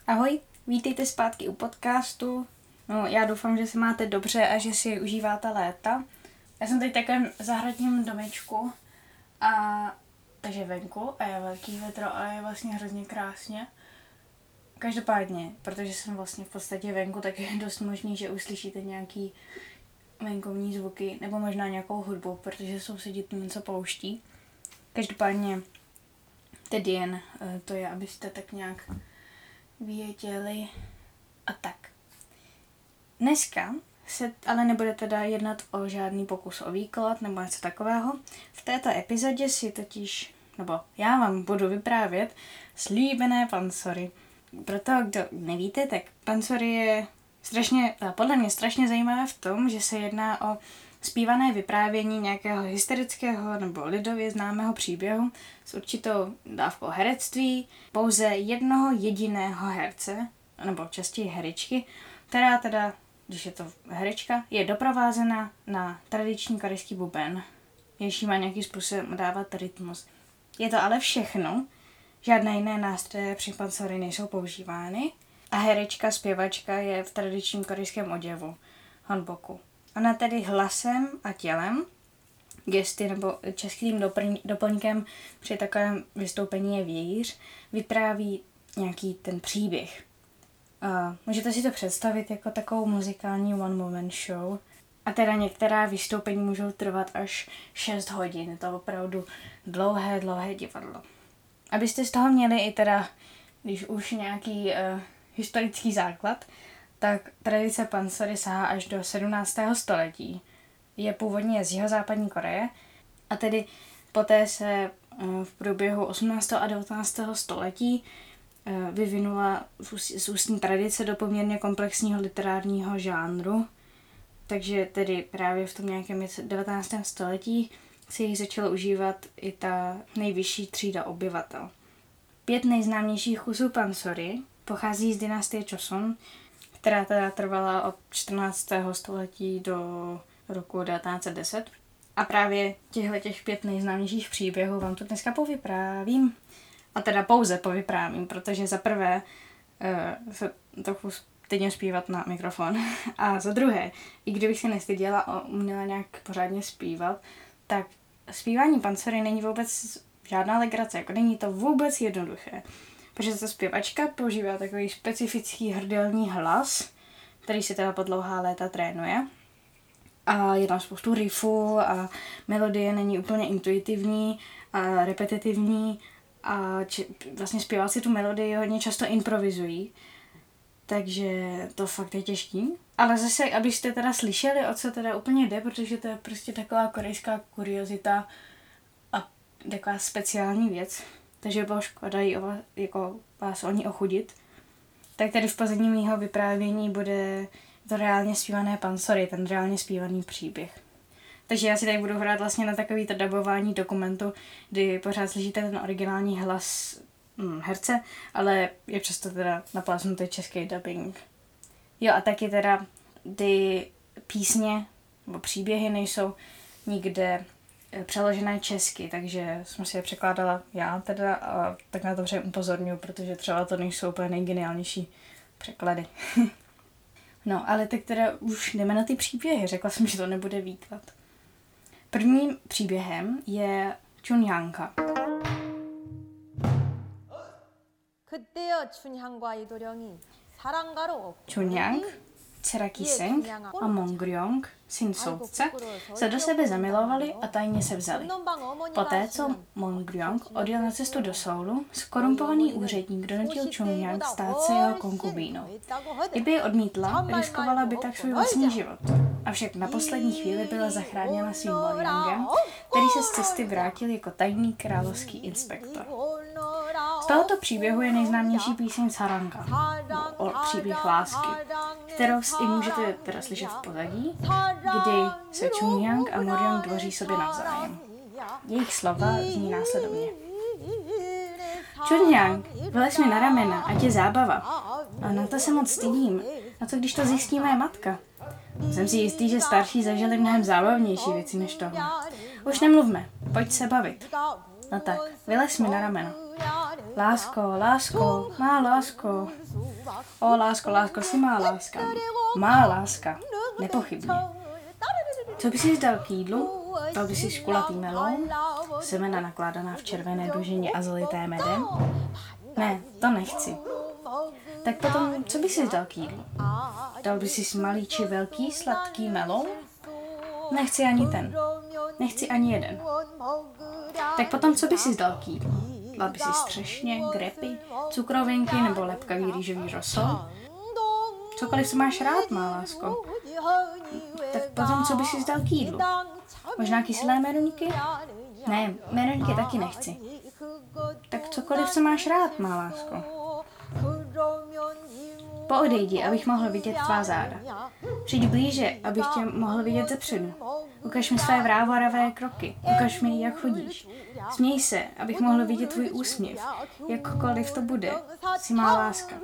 Ahoj, vítejte zpátky u podcastu. No, já doufám, že se máte dobře a že si užíváte léta. Já jsem teď v takovém zahradním domečku, takže venku a je velký větro a je vlastně hrozně krásně. Každopádně, protože jsem vlastně v podstatě venku, tak je dost možný, že uslyšíte nějaký venkovní zvuky nebo možná nějakou hudbu, protože sousedí tu něco pouští. Každopádně tedy jen to je, abyste tak nějak věděli a tak. Dneska se ale nebude teda jednat o žádný pokus o výklad nebo něco takového. V této epizodě si totiž, nebo já vám budu vyprávět slíbené pancory. Pro toho, kdo nevíte, tak pancory je podle mě strašně zajímavé v tom, že se jedná o zpívané vyprávění nějakého historického nebo lidově známého příběhu s určitou dávkou herectví, pouze jednoho jediného herce, nebo častěji herečky, která teda, když je to herečka, je doprovázena na tradiční korejský buben, jež má nějakým způsobem dávat rytmus. Je to ale všechno, žádné jiné nástroje při pancory nejsou používány a herečka, zpěvačka je v tradičním korejském oděvu, hanboku. Ona tedy hlasem a tělem, gesty nebo českým doplňkem při takovém vystoupení je vějíř, vypráví nějaký ten příběh. Můžete si to představit jako takovou muzikální one-woman show. A teda některá vystoupení můžou trvat až 6 hodin. Je to opravdu dlouhé divadlo. Abyste z toho měli i teda, když už nějaký historický základ, tak tradice pancory sahá až do 17. století. Je původně z jihozápadní Koreje a tedy poté se v průběhu 18. a 19. století vyvinula z ústní tradice do poměrně komplexního literárního žánru. Takže tedy právě v tom nějakém 19. století se jich začalo užívat i ta nejvyšší třída obyvatel. 5 nejznámějších kusů pancory pochází z dynastie Joseon, která teda trvala od 14. století do roku 1910. A právě těch 5 nejznámějších příběhů vám tu dneska povyprávím. A teda pouze povyprávím, protože za prvé se trochu stydím zpívat na mikrofon. A za druhé, i kdybych si nestyděla a uměla nějak pořádně zpívat, tak zpívání pancory není vůbec žádná legrace, jako není to vůbec jednoduché. Protože ta zpěvačka používá takový specifický hrdelní hlas, který se teda po dlouhá léta trénuje. A je tam spoustu riffů a melodie není úplně intuitivní a repetitivní a vlastně zpěváci tu melodii hodně často improvizují. Takže to fakt je těžký. Ale zase, abyste teda slyšeli, o co teda úplně jde, protože to je prostě taková korejská kuriozita a taková speciální věc. Takže bylo škoda jako vás o ní ochudit. Tak tady v pozadí mýho vyprávění bude to reálně zpívané pancory, ten reálně zpívaný příběh. Takže já si tady budu hrát vlastně na takovýto dabování dokumentu, kdy pořád slyšíte ten originální hlas herce, ale je často teda naplácnutý český dubbing. Jo a taky teda ty písně nebo příběhy nejsou nikde přeložené česky, takže jsem si je překládala já teda a tak na to všem upozorňuji, protože třeba to nejsou úplně nejgeniálnější překlady. No, ale tak teda už jdeme na ty příběhy, řekla jsem, že to nebude výklad. Prvním příběhem je Chunhyangka. Chunhyang, dcera Kiseng a Mongryong, syn soudce, se do sebe zamilovali a tajně se vzali. Poté, co Mongryong odjel na cestu do Soulu, skorumpovaný úředník donutil Chunhyang stát se jeho konkubínou. Kdyby ji odmítla, riskovala by tak svůj vlastní život. Avšak na poslední chvíli byla zachráněna svým Mongryongem, který se z cesty vrátil jako tajný královský inspektor. Z tohoto příběhu je nejznámější píseň Saranga, o příběh lásky, kterou i můžete teda slyšet v pozadí, kdy se Chunhyang a Mongryong dvoří sobě navzájem. Jejich slova zní následovně. Chunhyang, vylez mi na ramena, ať je zábava. A na to se moc stydím. A co když to zjistí moje matka? Jsem si jistý, že starší zažili mnohem zábavnější věci než tohle. Už nemluvme, pojď se bavit. No tak, vylez mi na ramena. Lásko, lásko, má lásko. O lásko, lásko, jsi má láska. Má láska, nepochybně. Co by si dal k jídlu? Dal by si kulatý meloun? Semena nakládaná v červené dužině a zalité medem? Ne, to nechci. Tak potom, co by si dal k jídlu? Dal by si malý či velký sladký meloun? Nechci ani ten. Nechci ani jeden. Tak potom, co by si dal k jídlu? Dal by si střešně, grepy, cukrovinky nebo lepkavý rýžový rosol? Cokoliv, co máš rád, má lásko. Tak potom, co by si dal k jídlu? Možná kyselé meruňky? Ne, meruňky taky nechci. Tak cokoliv, co máš rád, má lásko. Poodejdi, abych mohl vidět tvá záda. Přijď blíže, abych tě mohl vidět zepředu. Ukaž mi své vrávoravé kroky. Ukaž mi, jak chodíš. Směj se, abych mohl vidět tvůj úsměv. Jakkoliv to bude, jsi má láska.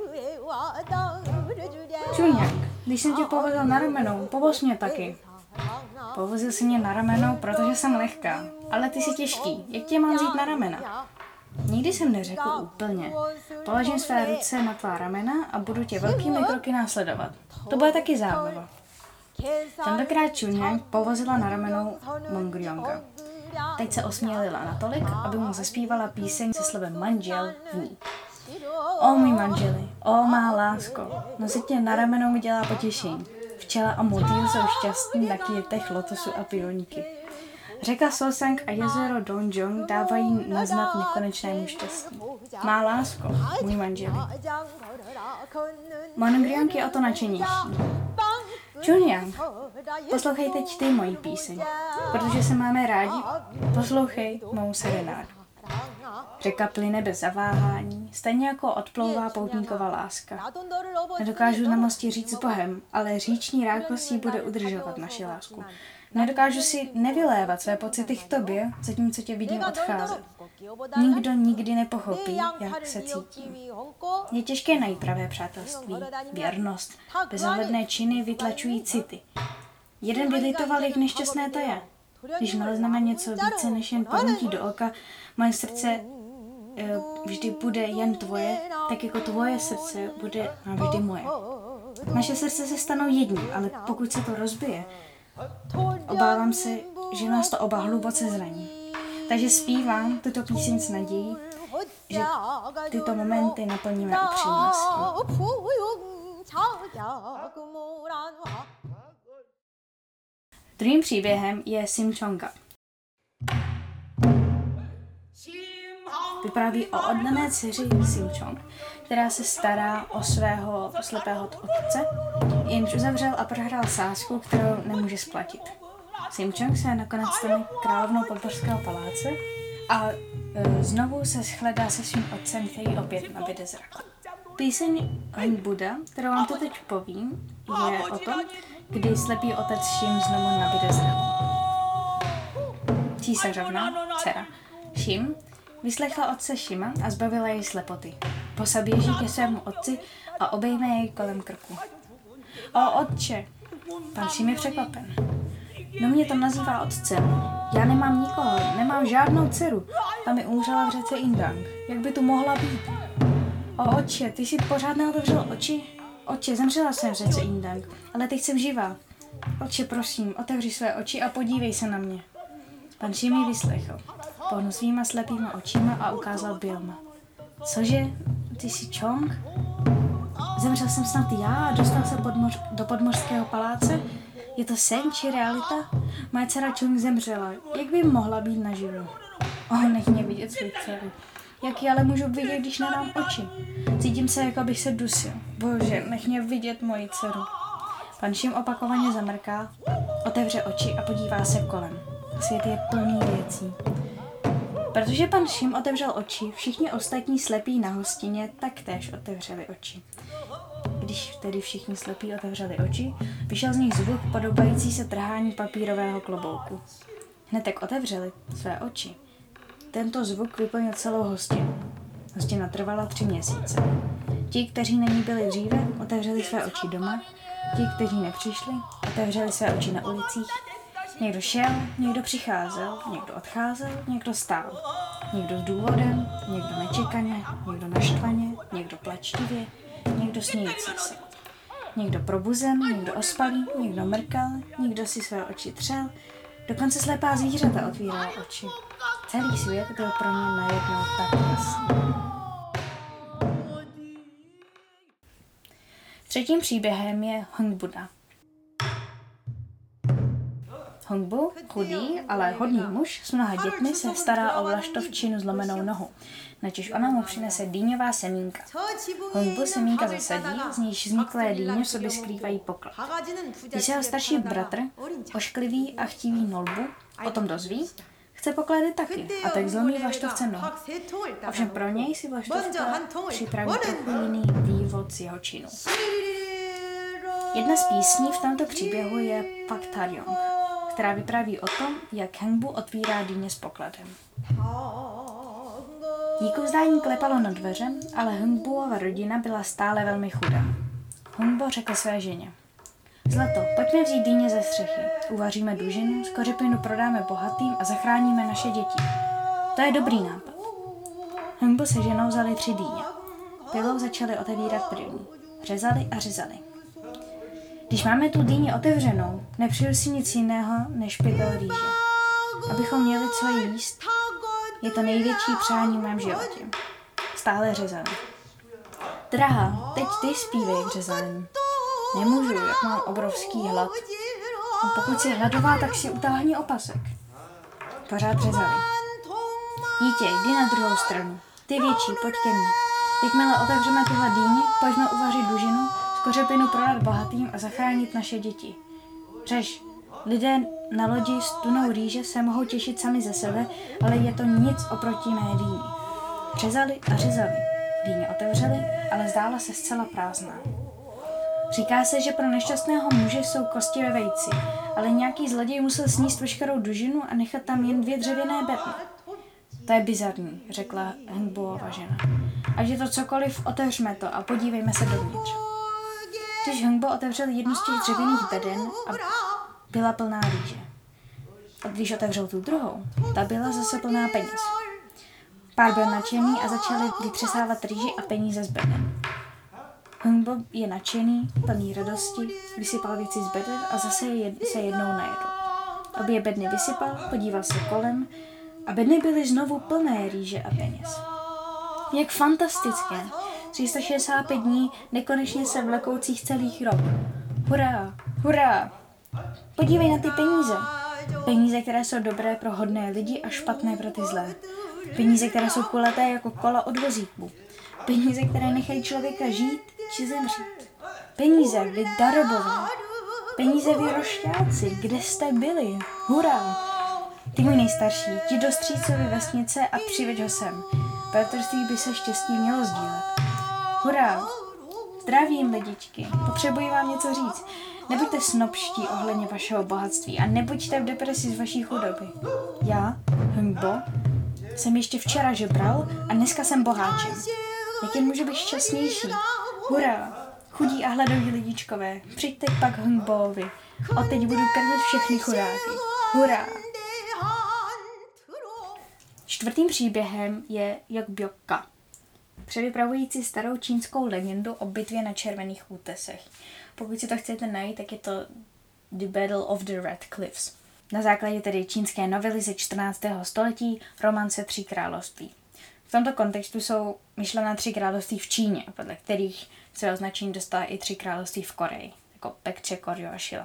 Čuňák, když jsem tě povozil na ramenou, povoz mě taky. Povozil jsi mě na ramenou, protože jsem lehká. Ale ty jsi těžký. Jak tě mám vzít na ramena? Nikdy jsem neřekl úplně. Položím své ruce na tvá ramena a budu tě velkými kroky následovat. To bude taky zábava. Tentokrát Čuňák povozila na ramenou Mongrionga. Teď se osmělila natolik, aby mu zaspívala píseň se slovem manžel v ní. O můj manželi, o má lásko, nosit tě na ramenou mi dělá potěšení. Včela a motýl jsou šťastní na květech lotosu a pionky. Řeka Sosang a jezero Donjong dávají naznat nekonečnému štěstí. Má lásko, můj manželi. Mongrionk je o to nadšenější. Čuňang, poslouchej teď ty moji píseň. Protože se máme rádi, poslouchej mou serenádu. Řeka plyne bez zaváhání, stejně jako odplouvá poutníková láska. Nedokážu na mostě říct s Bohem, ale říční rákostí bude udržovat naši lásku. Nedokážu si nevylévat své pocity k tobě, zatímco tě vidím odcházet. Nikdo nikdy nepochopí, jak se cítím. Je těžké najít pravé přátelství, věrnost, bezohledné činy vytlačují city. Jeden vylitoval, jak nešťastné to je. Když nalezneme něco více než jen padnutí do oka, moje srdce vždy bude jen tvoje, tak jako tvoje srdce bude navždy moje. Naše srdce se stanou jedním, ale pokud se to rozbije, obávám se, že nás to oba hluboce zraní. Takže zpívám tuto píseň s nadějí, že tyto momenty naplníme upřímností. Druhým příběhem je Simchonga. Vypráví o oddané dceři Simchong, která se stará o svého slepého otce, jenž uzavřel a prohrál sázku, kterou nemůže splatit. Simchong se nakonec stane královnou podborského paláce a znovu se shledá se svým otcem, který opět nabíde zrak. Píseň Hň Buda, kterou vám to teď povím, je o tom, kdy slepý otec Šim znovu nabíde zrak. Císařovna, dcera Šim, vyslechla otce Šima a zbavila jej slepoty. Posa běží ke svému otci a obejme jej kolem krku. O otče, pan Šim je překvapen. No mě to nazývá otcem. Já nemám nikoho, nemám žádnou dceru. Ta mi umřela v řece Indang. Jak by tu mohla být? O otče, ty jsi pořád neotevřel oči? Otče, zemřela jsem v řece Indang, ale teď jsem živá. Otče, prosím, otevři své oči a podívej se na mě. Pan Šim ji vyslechl. Pohnul svýma slepýma očima a ukázal Bilma. Cože? Ty jsi Chong? Zemřel jsem snad já a dostal se do podmořského paláce? Je to sen či realita? Moje dcera Chong zemřela. Jak by mohla být naživu? Nech mě vidět svou dceru. Jak ji ale můžu vidět, když nedám oči? Cítím se, jako bych se dusil. Bože, nech mě vidět moji dceru. Pan Šim opakovaně zamrká, otevře oči a podívá se kolem. Svět je plný věcí. Protože pan Šim otevřel oči, všichni ostatní slepí na hostině taktéž otevřeli oči. Když tedy všichni slepí otevřeli oči, vyšel z nich zvuk podobající se trhání papírového klobouku. Hned jak otevřeli své oči, tento zvuk vyplnil celou hostinu. Hostina trvala 3 měsíce. Ti, kteří na ní byli dříve, otevřeli své oči doma, ti, kteří nepřišli, otevřeli své oči na ulicích, Někdo šel, někdo přicházel, někdo odcházel, někdo stál. Někdo s důvodem, někdo nečekaně, někdo naštvaně, někdo plačtivě, někdo smějící se. Někdo probuzen, někdo ospalý, někdo mrkal, někdo si své oči třel, dokonce slepá zvířata otvírala oči. Celý svět byl pro ně najednou tak jasný. Třetím příběhem je Hongbuda. Hongbu, chudý, ale hodný muž s mnoha dětmi, se stará o vlaštovčinu zlomenou nohu, načež ona mu přinese dýňová semínka. Hongbu semínka zasadí, z níž vzniklé dýně v sobě skrývají poklad. Když se jeho starší bratr, ošklivý a chtivý Nolbu, o tom dozví, chce poklady taky a tak zlomí vlaštovce nohu. Ovšem pro něj si vlaštovka připraví trochu jiný vývod z jeho činu. Jedna z písní v tomto příběhu je Pak Taryong, která vypráví o tom, jak Hongbu otvírá dýně s pokladem. Díkovzdání klepalo na dveře, ale Hongbuova rodina byla stále velmi chudá. Hongbo řekl své ženě: Zlato, pojďme vzít dýně ze střechy, uvaříme dužinu, skořepinu prodáme bohatým a zachráníme naše děti. To je dobrý nápad. Hongbo se ženou vzali 3 dýně. Pilou začali otevírat první. Řezali a řezali. Když máme tu dýni otevřenou, nepřeju si nic jiného než pytel rýže. Abychom měli co jíst, je to největší přání v mém životě. Stále řezali. Drahá, teď ty zpívej k řezání. Nemůžu, jak mám obrovský hlad. A pokud jsi hladová, tak si utáhni opasek. Pořád řezali. Dítě, jdi na druhou stranu. Ty větší, pojď ke mně. Jakmile otevřeme tuhle dýni, pojďme uvařit dužinu, skořepinu prodat bohatým a zachránit naše děti. Řeš, lidé na lodi s tunou rýže se mohou těšit sami ze sebe, ale je to nic oproti mé dýni. Řezali a řezali. Dýně otevřeli, ale zdála se zcela prázdná. Říká se, že pro nešťastného muže jsou kosti ve vejci, ale nějaký zloděj musel sníst veškerou dužinu a nechat tam jen 2 dřevěné bedny. To je bizarní, řekla Hongbuova žena. Ať je to cokoliv, otevřme to a podívejme se dovnitř. Když Hongbo otevřel jednu z těch dřevěných beden a byla plná rýže. A když otevřel tu druhou, ta byla zase plná peněz. Pár byl nadšený a začali vytřesávat rýži a peníze z beden. Hongbo je nadšený, plný radosti, vysypal věci z beden a zase se jednou najedl. Obě bedny vysypal, podíval se kolem a bedny byly znovu plné rýže a peněz. Jak fantastické! 365 dní nekonečně se vlekoucích celých rok. Hurá! Hurá! Podívej na ty peníze. Peníze, které jsou dobré pro hodné lidi a špatné pro ty zlé. Peníze, které jsou kulaté jako kola od vozíku. Peníze, které nechají člověka žít či zemřít. Peníze, vy darobové. Peníze, vy rošťáci, kde jste byli? Hurá! Ty můj nejstarší, jdi do strýcovy vesnice a přiveď ho sem. Bratrství by se štěstí mělo sdílet. Hurá! Zdravím, lidičky, potřebuji vám něco říct. Nebuďte snobští ohledně vašeho bohatství a nebuďte v depresi z vaší chudoby. Já, Hongbo, jsem ještě včera žebral a dneska jsem boháčem. Jak jen můžu být šťastnější? Hurá! Chudí a hladoví lidičkové, přijďte pak Hongbovi. Odteď budu krmit všechny chudáky. Hurá! 4. příběhem je Jokbyoka, převypravující starou čínskou legendu o bitvě na Červených útesech. Pokud si to chcete najít, tak je to The Battle of the Red Cliffs. Na základě tedy čínské novely ze 14. století romance 3 království. V tomto kontextu jsou myšlena 3 království v Číně, podle kterých se označení dostala i 3 království v Koreji, jako Baekje, Koryo a Shilla.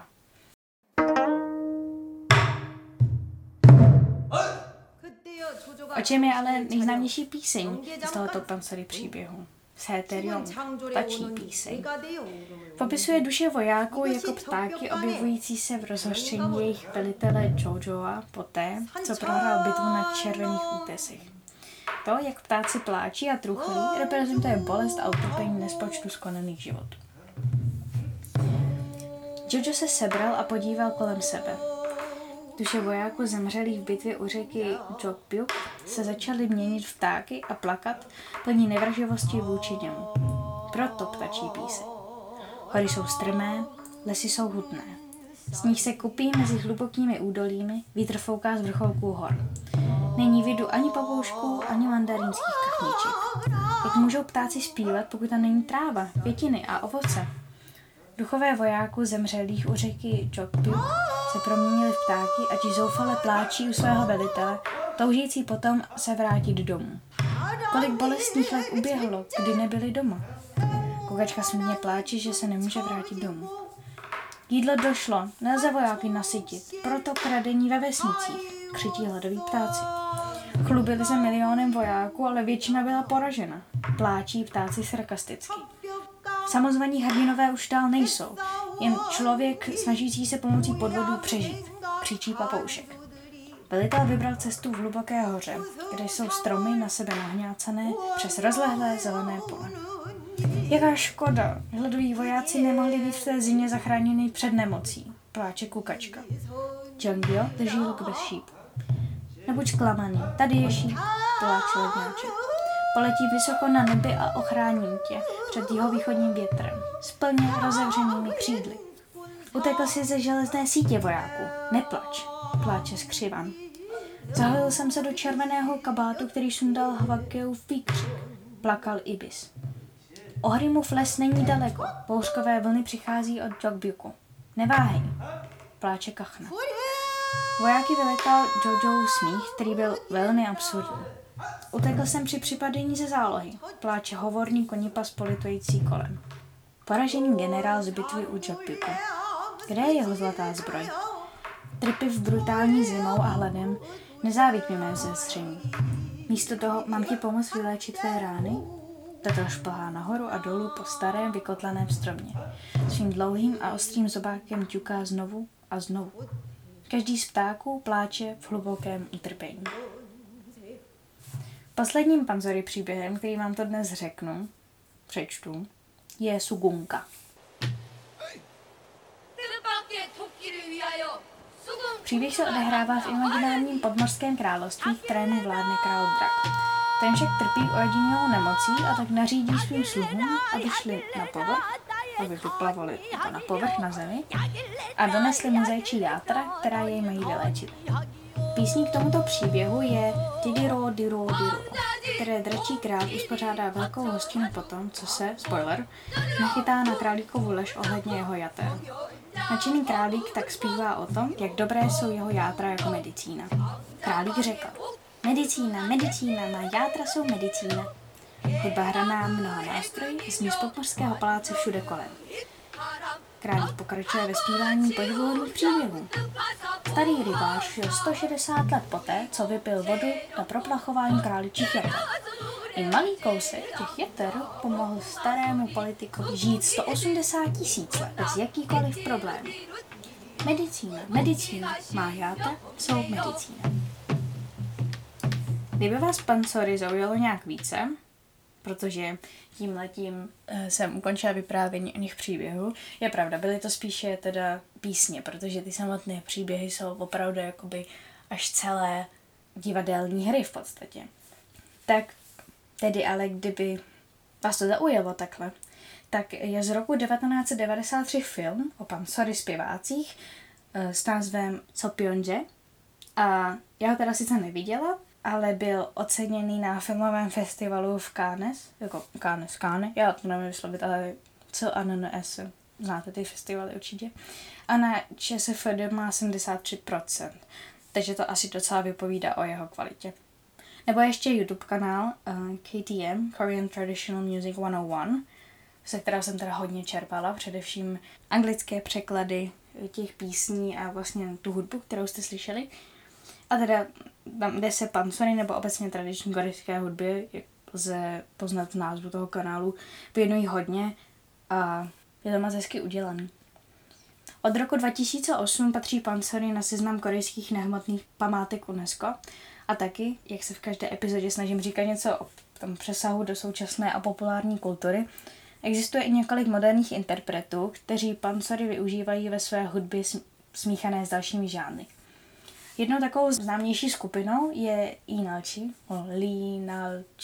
O čem je ale nejznámější píseň z tohoto pancery příběhu? Saeteryong, ptačí píseň. Popisuje duše vojáků jako ptáky objevující se v rozhořčení jejich velitele Jojoa poté, co prohrál bitvu na Červených útesech. To, jak ptáci pláčí a truchlí, reprezentuje bolest a utrpení nespočtu skonaných životů. Jojo se sebral a podíval kolem sebe. Duše vojáků zemřelých v bitvě u řeky Jokbyuk se začaly měnit v ptáky a plakat, plní nevraživosti vůči němu. Proto ptačí píseň. Hory jsou strmé, lesy jsou hutné. Sníh se kupí mezi hlubokými údolími, vítr fouká z vrcholků hor. Není vidu ani papoušků, ani mandarínských kachniček. Jak můžou ptáci zpívat, pokud tam není tráva, květiny a ovoce? Duchové vojáků zemřelých u řeky Jogbyuk se proměnili v ptáky a ti zoufale pláčí u svého velitele, toužící potom se vrátit domů. Kolik bolestných let uběhlo, kdy nebyli doma. Kukačka smutně pláče, že se nemůže vrátit domů. Jídlo došlo, nelze vojáky nasytit, proto kradení ve vesnicích, křití hladoví ptáci. Chlubili se milionem vojáků, ale většina byla poražena. Pláčí ptáci sarkasticky. Samozvaní hrdinové už dál nejsou, jen člověk snažící se pomocí podvodů přežít, křičí papoušek. Velitel vybral cestu v hluboké hoře, kde jsou stromy na sebe nahňácané přes rozlehlé zelené pole. Jaká škoda, hladoví vojáci nemohli být v té zimě zachráněni před nemocí, pláče kukačka. Jongyo drží luk bez šípu. Nebuď zklamaný, tady je šíp, pláče ledňáček. Poletí vysoko na nebi a ochráním tě před jihovýchodním větrem, s plně rozevřenými křídly. Utekl si ze železné sítě vojáků, neplač, pláče skřivan. Zaholil jsem se do červeného kabátu, který sundal Hwakeův výkřik, plakal ibis. Ohrimův les není daleko, bouřkové vlny přichází od Jogbyuku. Neváhej, pláče kachna. Vojáky vyletal Jojoův smích, který byl velmi absurdní. Utekl jsem při připadení ze zálohy, pláče hovorný konipas politující kolem. Poražený generál z bitvy u Jogbyuku. Kde je jeho zlatá zbroj? Trpěv brutální zimou a hladem, nezáviď mi mé zezření. Místo toho mám ti pomoct vyléčit tvé rány? Tato šplhá nahoru a dolů po starém vykotlaném stromě. Svým dlouhým a ostrým zobákem ťuká znovu a znovu. Každý z ptáků pláče v hlubokém utrpení. Posledním Panzory příběhem, který vám to dnes přečtu, je Sugunka. Příběh se odehrává v imaginárním podmořském království, kterému vládne král Drak. Ten však trpí ojedinělou nemocí a tak nařídí svým sluhům, aby šli na povrch, aby vyplavali na povrch na zemi a donesli mu zajčí játra, která jej mají vyléčit. Písní k tomuto příběhu je Tidiro Diro Diro, které dračí král uspořádá velkou hostinu potom, co se, spoiler, nachytá na králíkovu lež ohledně jeho jater. Nadšený králík tak zpívá o tom, jak dobré jsou jeho játra jako medicína. Králík řekl: Medicína, medicína, má játra jsou medicína. Hudba hraná mnoha nástrojů zní z podmořského paláce všude kolem. Králík pokračuje ve zpívání podivuhodných příběhů. Starý rybář žil 160 let poté, co vypil vodu na proplachování králičích jater. I malý kousek těch jater pomohl starému politikovi žít 180 000 let bez jakýkoliv problémů. Medicína, medicína, má játra jsou medicína. Kdyby vás Panzory zaujalo nějak více, protože tímhletím jsem ukončila vyprávění o nich příběhů. Je pravda, byly to spíše teda písně, protože ty samotné příběhy jsou opravdu jakoby až celé divadelní hry v podstatě. Tak tedy ale kdyby vás to zaujalo takhle, tak je z roku 1993 film o Panzory zpěvácích s názvem Sopyeonje a já ho teda sice neviděla, ale byl oceněný na filmovém festivalu v Cannes, já to nevím vyslovit, ale CANNS, znáte ty festivaly určitě, a na ČSFD má 73%, takže to asi docela vypovídá o jeho kvalitě. Nebo ještě YouTube kanál KTM, Korean Traditional Music 101, se kterého jsem teda hodně čerpala, především anglické překlady těch písní a vlastně tu hudbu, kterou jste slyšeli. A teda kde se Panzory nebo obecně tradiční korejské hudby, jak lze poznat v názvu toho kanálu, věnují hodně a je to moc hezky udělaný. Od roku 2008 patří Panzory na seznam korejských nehmotných památek UNESCO a taky, jak se v každé epizodě snažím říkat něco o tom přesahu do současné a populární kultury, existuje i několik moderních interpretů, kteří Panzory využívají ve své hudbě smíchané s dalšími žánry. Jednou takovou známější skupinou je Lee Nalchi,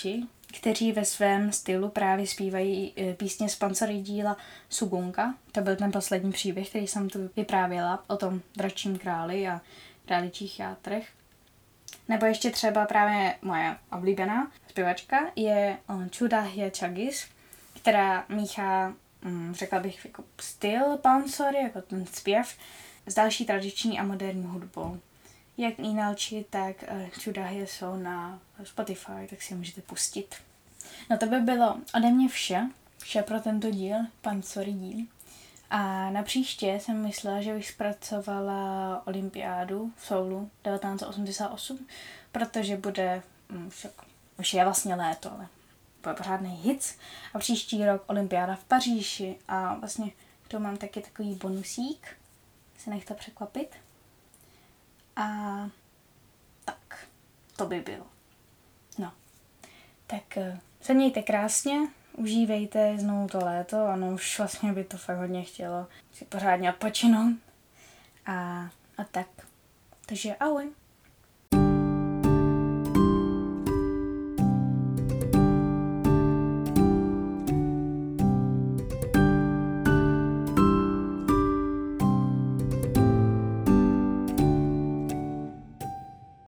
kteří ve svém stylu právě zpívají písně z Pancory díla Sugunka. To byl ten poslední příběh, který jsem tu vyprávěla o tom dračím králi a králičích játrech. Nebo ještě třeba právě moje oblíbená zpěvačka je Chudahye Chagis, která míchá, řekla bych, jako styl Pancory, jako ten zpěv, s další tradiční a moderní hudbou. Jak Inalči, tak Chudahye jsou na Spotify, tak si je můžete pustit. No to by bylo ode mě vše pro tento díl, Pancory díl. A na příště jsem myslela, že bych zpracovala olympiádu v Soulu 1988, protože bude, už je vlastně léto, ale bude pořádný hit. A příští rok olympiáda v Paříži a vlastně tu mám taky takový bonusík, se nechte překvapit. A tak, to by bylo. No, tak se mějte krásně, užívejte znovu to léto, ano, už vlastně by to fakt hodně chtělo si pořádně odpočinout a tak. Takže ahoj.